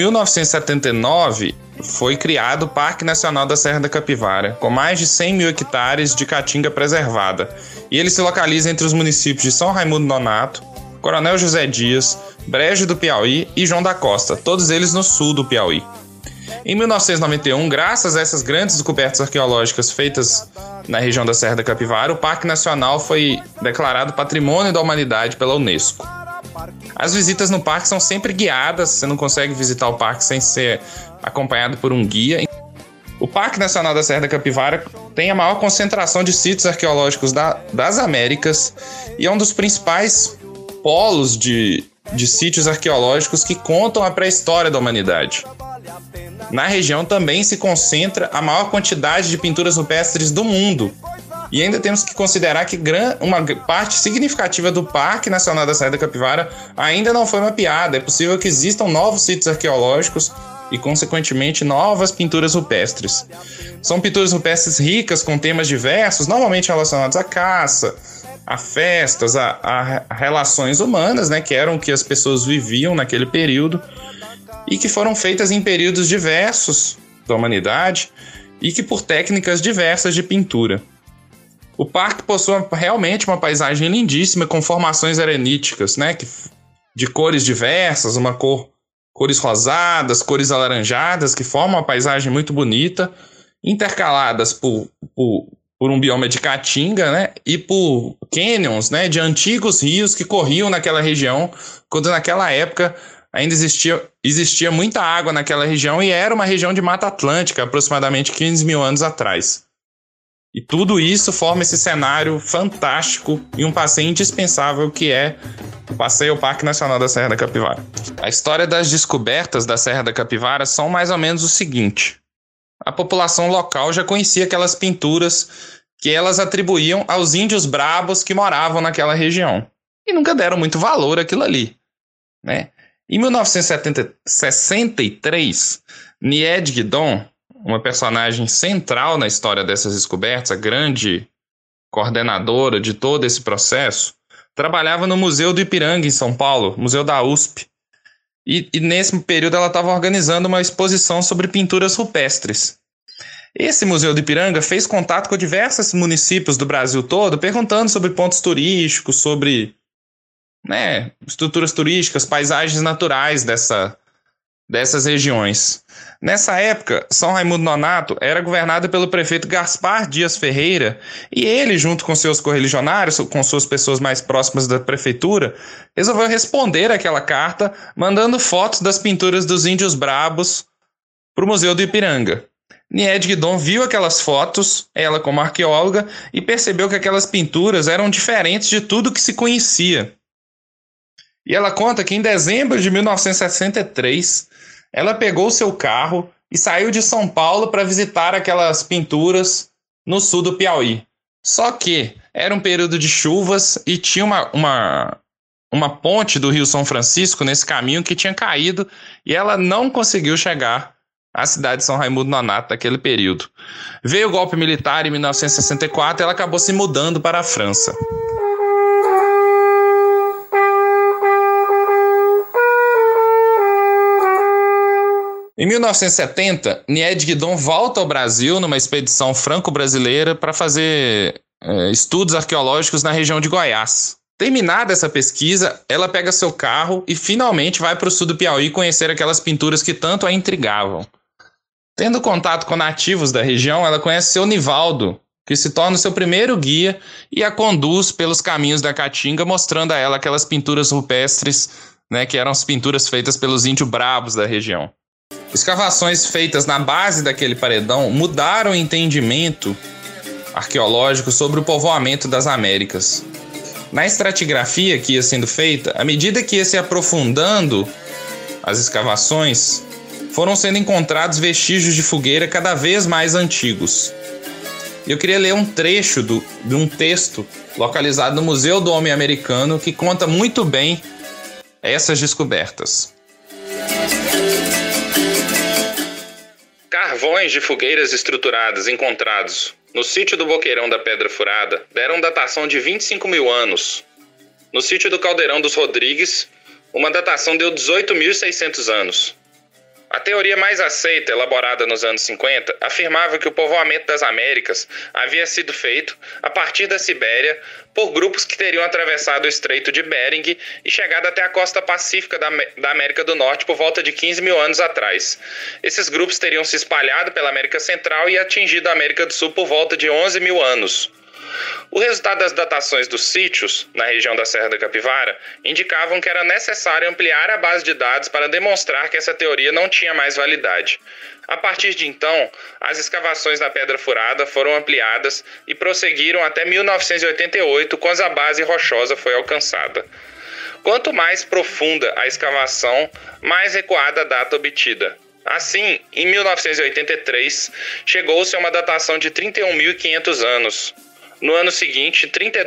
1979, foi criado o Parque Nacional da Serra da Capivara, com mais de 100 mil hectares de caatinga preservada. E ele se localiza entre os municípios de São Raimundo Nonato, Coronel José Dias, Brejo do Piauí e João da Costa, todos eles no sul do Piauí. Em 1991, graças a essas grandes descobertas arqueológicas feitas na região da Serra da Capivara, o Parque Nacional foi declarado Patrimônio da Humanidade pela Unesco. As visitas no parque são sempre guiadas, você não consegue visitar o parque sem ser acompanhado por um guia. O Parque Nacional da Serra da Capivara tem a maior concentração de sítios arqueológicos das Américas e é um dos principais polos de sítios arqueológicos que contam a pré-história da humanidade. Na região também se concentra a maior quantidade de pinturas rupestres do mundo. E ainda temos que considerar que uma parte significativa do Parque Nacional da Serra da Capivara ainda não foi mapeada. É possível que existam novos sítios arqueológicos e, consequentemente, novas pinturas rupestres. São pinturas rupestres ricas, com temas diversos, normalmente relacionados à caça, a festas, a relações humanas, né, que eram o que as pessoas viviam naquele período, e que foram feitas em períodos diversos da humanidade e que por técnicas diversas de pintura. O parque possui realmente uma paisagem lindíssima, com formações areníticas, né, de cores diversas, cores rosadas, cores alaranjadas, que formam uma paisagem muito bonita, intercaladas por um bioma de caatinga, né, e por canyons, né, de antigos rios que corriam naquela região, quando naquela época ainda existia muita água naquela região e era uma região de Mata Atlântica, aproximadamente 15 mil anos atrás. E tudo isso forma esse cenário fantástico e um passeio indispensável que é o passeio ao Parque Nacional da Serra da Capivara. A história das descobertas da Serra da Capivara são mais ou menos o seguinte. A população local já conhecia aquelas pinturas que elas atribuíam aos índios brabos que moravam naquela região. E nunca deram muito valor àquilo ali, né? Em 1963, Nied Guidon, uma personagem central na história dessas descobertas, a grande coordenadora de todo esse processo, trabalhava no Museu do Ipiranga, em São Paulo, Museu da USP. E nesse período ela estava organizando uma exposição sobre pinturas rupestres. Esse Museu do Ipiranga fez contato com diversos municípios do Brasil todo, perguntando sobre pontos turísticos, sobre estruturas turísticas, paisagens naturais dessas regiões. Nessa época, São Raimundo Nonato era governado pelo prefeito Gaspar Dias Ferreira e ele, junto com seus correligionários, com suas pessoas mais próximas da prefeitura, resolveu responder àquela carta mandando fotos das pinturas dos índios brabos para o Museu do Ipiranga. Nied Guidon viu aquelas fotos, ela como arqueóloga, e percebeu que aquelas pinturas eram diferentes de tudo que se conhecia. E ela conta que em dezembro de 1963, ela pegou seu carro e saiu de São Paulo para visitar aquelas pinturas no sul do Piauí. Só que era um período de chuvas e tinha uma ponte do Rio São Francisco nesse caminho que tinha caído e ela não conseguiu chegar à cidade de São Raimundo Nonato naquele período. Veio o golpe militar em 1964 e ela acabou se mudando para a França. Em 1970, Nied Guidon volta ao Brasil numa expedição franco-brasileira para fazer estudos arqueológicos na região de Goiás. Terminada essa pesquisa, ela pega seu carro e finalmente vai para o sul do Piauí conhecer aquelas pinturas que tanto a intrigavam. Tendo contato com nativos da região, ela conhece seu Nivaldo, que se torna o seu primeiro guia e a conduz pelos caminhos da Caatinga, mostrando a ela aquelas pinturas rupestres, né, que eram as pinturas feitas pelos índios brabos da região. Escavações feitas na base daquele paredão mudaram o entendimento arqueológico sobre o povoamento das Américas. Na estratigrafia que ia sendo feita, à medida que ia se aprofundando as escavações, foram sendo encontrados vestígios de fogueira cada vez mais antigos. Eu queria ler um trecho de um texto localizado no Museu do Homem Americano que conta muito bem essas descobertas. Carvões de fogueiras estruturadas encontrados no sítio do Boqueirão da Pedra Furada, deram datação de 25 mil anos. No sítio do Caldeirão dos Rodrigues, uma datação deu 18.600 anos. A teoria mais aceita, elaborada nos anos 50, afirmava que o povoamento das Américas havia sido feito a partir da Sibéria por grupos que teriam atravessado o Estreito de Bering e chegado até a costa pacífica da América do Norte por volta de 15 mil anos atrás. Esses grupos teriam se espalhado pela América Central e atingido a América do Sul por volta de 11 mil anos. O resultado das datações dos sítios, na região da Serra da Capivara, indicavam que era necessário ampliar a base de dados para demonstrar que essa teoria não tinha mais validade. A partir de então, as escavações da Pedra Furada foram ampliadas e prosseguiram até 1988, quando a base rochosa foi alcançada. Quanto mais profunda a escavação, mais recuada a data obtida. Assim, em 1983, chegou-se a uma datação de 31.500 anos. No ano seguinte,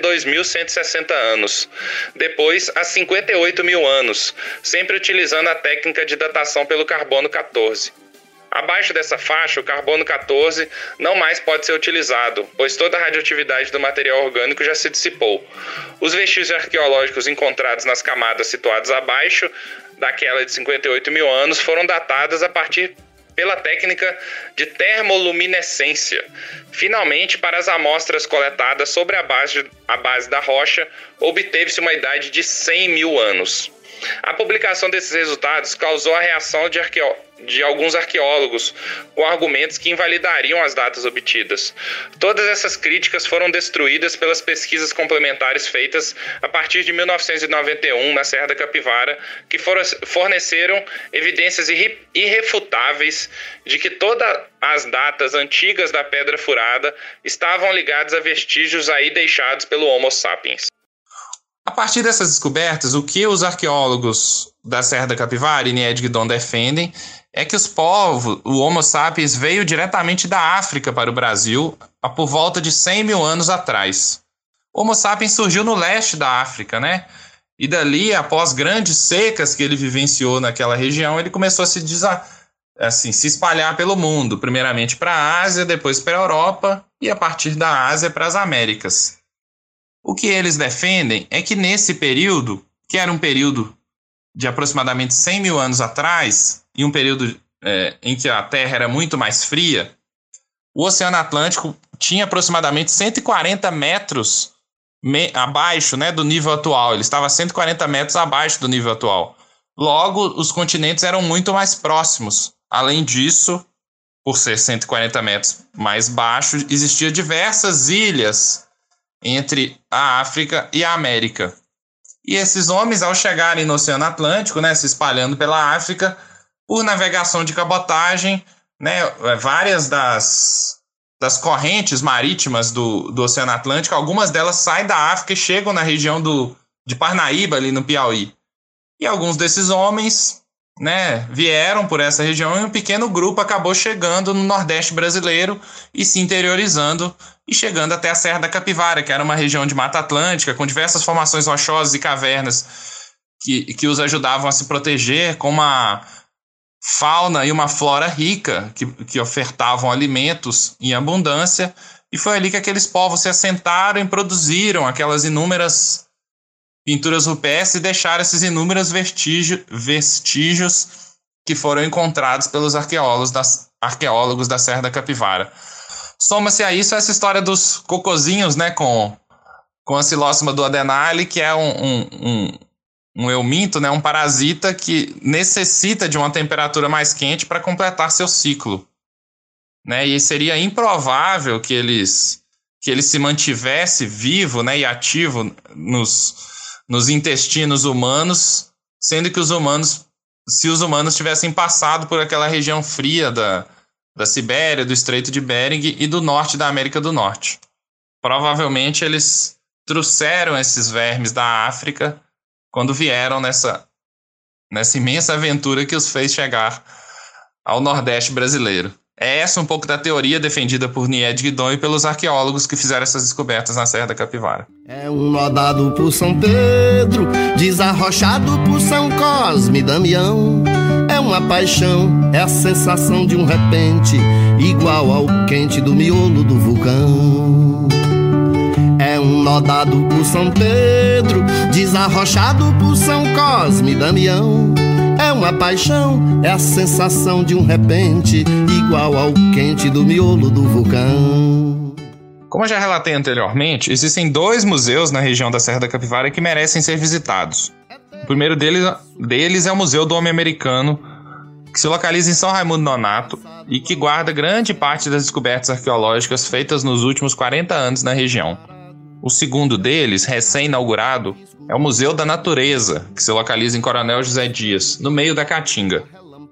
32.160 anos. Depois, a 58 mil anos, sempre utilizando a técnica de datação pelo carbono 14. Abaixo dessa faixa, o carbono 14 não mais pode ser utilizado, pois toda a radioatividade do material orgânico já se dissipou. Os vestígios arqueológicos encontrados nas camadas situadas abaixo daquela de 58 mil anos foram datadas a partir pela técnica de termoluminescência. Finalmente, para as amostras coletadas sobre a base da rocha, obteve-se uma idade de 100 mil anos. A publicação desses resultados causou a reação de alguns arqueólogos, com argumentos que invalidariam as datas obtidas. Todas essas críticas foram destruídas pelas pesquisas complementares feitas a partir de 1991 na Serra da Capivara, que forneceram evidências irrefutáveis de que todas as datas antigas da Pedra Furada estavam ligadas a vestígios aí deixados pelo Homo sapiens. A partir dessas descobertas, o que os arqueólogos da Serra da Capivara e Nied Guidon defendem é que o Homo sapiens veio diretamente da África para o Brasil há por volta de 100 mil anos atrás. O Homo sapiens surgiu no leste da África, né? E dali, após grandes secas que ele vivenciou naquela região, ele começou a se espalhar pelo mundo, primeiramente para a Ásia, depois para a Europa e a partir da Ásia para as Américas. O que eles defendem é que nesse período, que era um período de aproximadamente 100 mil anos atrás, e um período em que a Terra era muito mais fria, o Oceano Atlântico tinha aproximadamente 140 metros abaixo, né, do nível atual. Ele estava 140 metros abaixo do nível atual. Logo, os continentes eram muito mais próximos. Além disso, por ser 140 metros mais baixo, existiam diversas ilhas entre a África e a América. E esses homens, ao chegarem no Oceano Atlântico, né, se espalhando pela África, por navegação de cabotagem, né, várias das correntes marítimas do Oceano Atlântico, algumas delas saem da África e chegam na região de Parnaíba, ali no Piauí. E alguns desses homens, né, vieram por essa região e um pequeno grupo acabou chegando no Nordeste brasileiro e se interiorizando e chegando até a Serra da Capivara, que era uma região de Mata Atlântica com diversas formações rochosas e cavernas que os ajudavam a se proteger, com uma fauna e uma flora rica que ofertavam alimentos em abundância, e foi ali que aqueles povos se assentaram e produziram aquelas inúmeras pinturas rupestres e deixaram esses inúmeros vestígios que foram encontrados pelos arqueólogos da Serra da Capivara. Soma-se a isso essa história dos cocozinhos, né, com a Silóssoma do Adenale, que é um euminto, né, um parasita que necessita de uma temperatura mais quente para completar seu ciclo, né, e seria improvável que ele se mantivesse vivo, né, e ativo nos intestinos humanos, sendo que se os humanos tivessem passado por aquela região fria da Sibéria, do Estreito de Bering e do norte da América do Norte. Provavelmente eles trouxeram esses vermes da África quando vieram nessa imensa aventura que os fez chegar ao Nordeste brasileiro. É essa um pouco da teoria defendida por Nied Guidon e pelos arqueólogos que fizeram essas descobertas na Serra da Capivara. É um nodado por São Pedro, desarrochado por São Cosme e Damião. É uma paixão, é a sensação de um repente, igual ao quente do miolo do vulcão. É um nó dado por São Pedro, desarrochado por São Cosme e Damião. É uma paixão, é a sensação de um repente, igual ao quente do miolo do vulcão. Como eu já relatei anteriormente, existem 2 museus na região da Serra da Capivara que merecem ser visitados. O primeiro deles é o Museu do Homem Americano, que se localiza em São Raimundo Nonato e que guarda grande parte das descobertas arqueológicas feitas nos últimos 40 anos na região. O segundo deles, recém-inaugurado, é o Museu da Natureza, que se localiza em Coronel José Dias, no meio da Caatinga.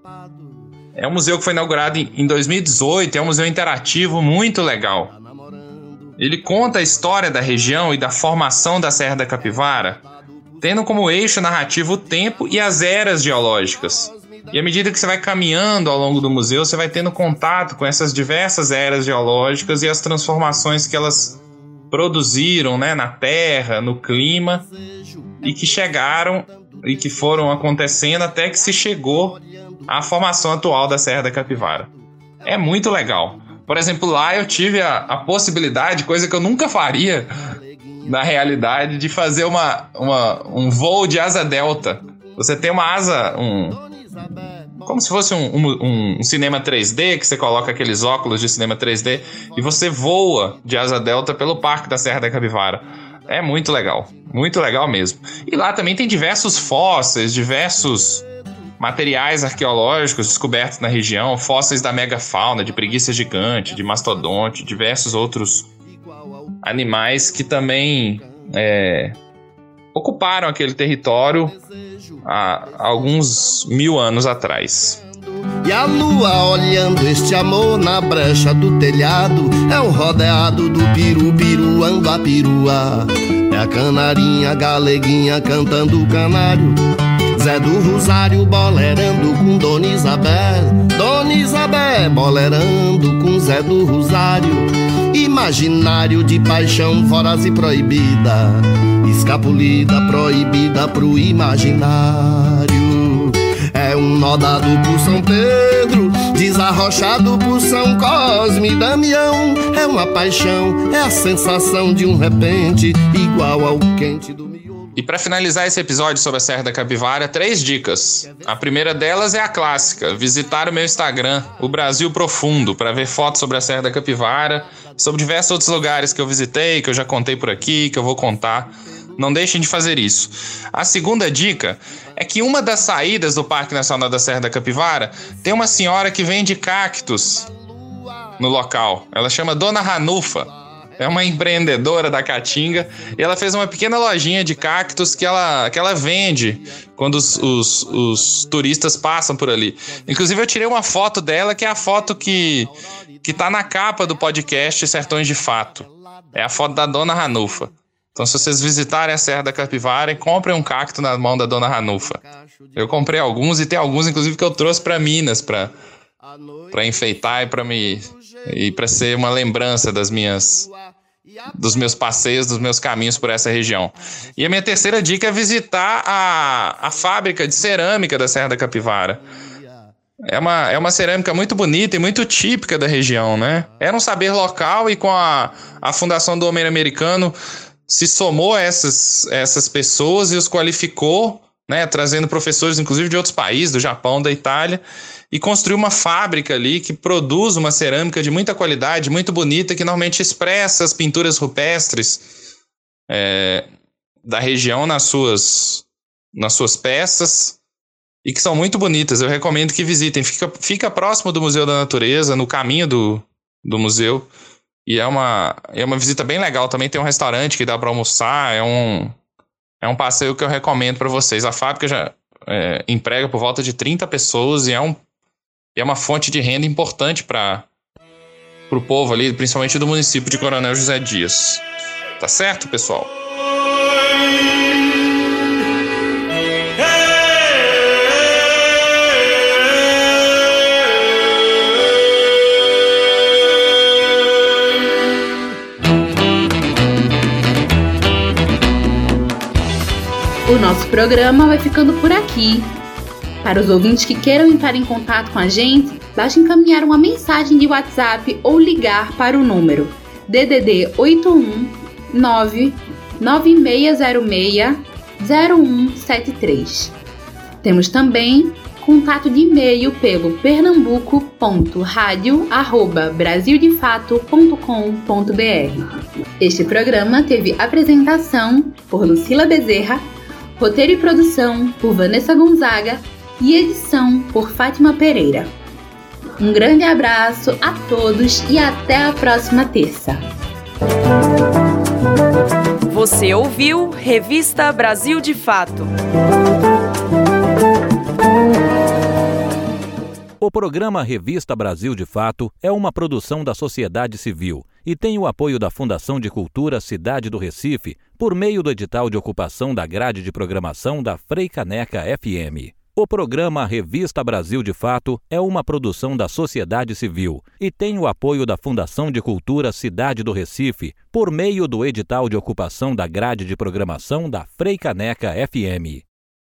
É um museu que foi inaugurado em 2018, é um museu interativo muito legal. Ele conta a história da região e da formação da Serra da Capivara, tendo como eixo narrativo o tempo e as eras geológicas. E à medida que você vai caminhando ao longo do museu, você vai tendo contato com essas diversas eras geológicas e as transformações que elas produziram, né, na terra, no clima, e que chegaram e que foram acontecendo até que se chegou à formação atual da Serra da Capivara. É muito legal. Por exemplo, lá eu tive a possibilidade, coisa que eu nunca faria na realidade, de fazer um voo de asa delta. Você tem uma asa, como se fosse um cinema 3D, que você coloca aqueles óculos de cinema 3D e você voa de asa delta pelo Parque da Serra da Capivara. É muito legal mesmo. E lá também tem diversos fósseis, diversos materiais arqueológicos descobertos na região, fósseis da megafauna, de preguiça gigante, de mastodonte, diversos outros animais que também ocuparam aquele território há alguns 1000 anos atrás. E a lua olhando este amor na brecha do telhado, é o rodeado do piru-piru ando a perua. É a canarinha galeguinha cantando o canário, Zé do Rosário bolerando com Dona Isabel bolerando com Zé do Rosário. Imaginário de paixão voraz e proibida, escapulida, proibida pro imaginário. É um nó dado por São Pedro, desarrochado por São Cosme e Damião. É uma paixão, é a sensação de um repente, igual ao quente do miolo. E para finalizar esse episódio sobre a Serra da Capivara, 3 dicas. A primeira delas é a clássica: visitar o meu Instagram, o Brasil Profundo, para ver fotos sobre a Serra da Capivara, sobre diversos outros lugares que eu visitei, que eu já contei por aqui, que eu vou contar. Não deixem de fazer isso. A segunda dica é que uma das saídas do Parque Nacional da Serra da Capivara tem uma senhora que vende cactos no local. Ela chama Dona Ranufa. É uma empreendedora da Caatinga e ela fez uma pequena lojinha de cactos que ela vende quando os turistas passam por ali. Inclusive eu tirei uma foto dela, que é a foto que tá na capa do podcast Sertões de Fato. É a foto da Dona Ranufa. Então, se vocês visitarem a Serra da Capivara, comprem um cacto na mão da Dona Ranufa. Eu comprei alguns e tem alguns, inclusive, que eu trouxe para Minas para enfeitar e para ser uma lembrança dos meus passeios, dos meus caminhos por essa região. E a minha terceira dica é visitar a fábrica de cerâmica da Serra da Capivara. É uma cerâmica muito bonita e muito típica da região, né? Era um saber local e com a fundação do Homem Americano se somou a essas pessoas e os qualificou, né, trazendo professores, inclusive, de outros países, do Japão, da Itália, e construiu uma fábrica ali que produz uma cerâmica de muita qualidade, muito bonita, que normalmente expressa as pinturas rupestres da região nas suas peças, e que são muito bonitas. Eu recomendo que visitem. Fica próximo do Museu da Natureza, no caminho do museu. E é uma visita bem legal. Também tem um restaurante que dá para almoçar. É um passeio que eu recomendo para vocês. A fábrica já emprega por volta de 30 pessoas e é uma fonte de renda importante para o povo ali, principalmente do município de Coronel José Dias. Tá certo, pessoal? O nosso programa vai ficando por aqui. Para os ouvintes que queiram entrar em contato com a gente, basta encaminhar uma mensagem de WhatsApp ou ligar para o número DDD 81 99606 0173. Temos também contato de e-mail pelo pernambuco.radio@brasildefato.com.br. Este programa teve apresentação por Lucila Bezerra, roteiro e produção por Vanessa Gonzaga e edição por Fátima Pereira. Um grande abraço a todos e até a próxima terça. Você ouviu Revista Brasil de Fato. O programa Revista Brasil de Fato é uma produção da sociedade civil e tem o apoio da Fundação de Cultura Cidade do Recife por meio do edital de ocupação da grade de programação da Frei Caneca FM. O programa Revista Brasil de Fato é uma produção da sociedade civil e tem o apoio da Fundação de Cultura Cidade do Recife por meio do edital de ocupação da grade de programação da Frei Caneca FM.